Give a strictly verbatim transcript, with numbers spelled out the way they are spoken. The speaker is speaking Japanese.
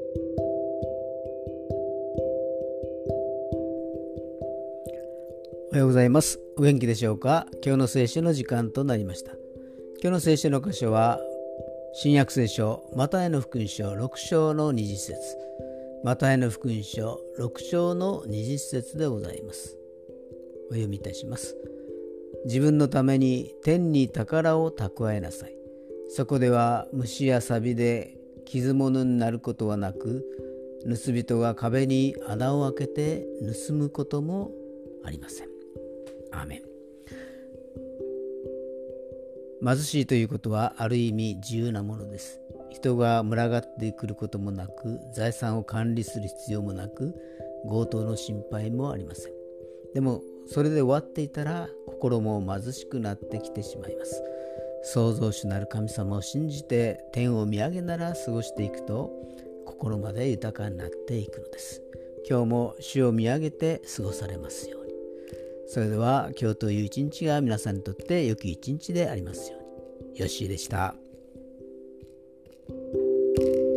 おはようございます。お元気でしょうか。今日の聖書の時間となりました。今日の聖書の箇所は新約聖書マタイの福音書ろく章のにじゅっ節、マタイの福音書ろく章のにじゅっ節でございます。お読みいたします。自分のために天に宝を蓄えなさい。そこでは虫や錆で傷物になることはなく、盗人が壁に穴を開けて盗むこともありません。アーメン。貧しいということはある意味自由なものです。人が群がってくることもなく、財産を管理する必要もなく、強盗の心配もありません。でもそれで終わっていたら心も貧しくなってきてしまいます。創造主なる神様を信じて天を見上げながら過ごしていくと、心まで豊かになっていくのです。今日も主を見上げて過ごされますように。それでは今日という一日が皆さんにとって良き一日でありますように。よっしーでした。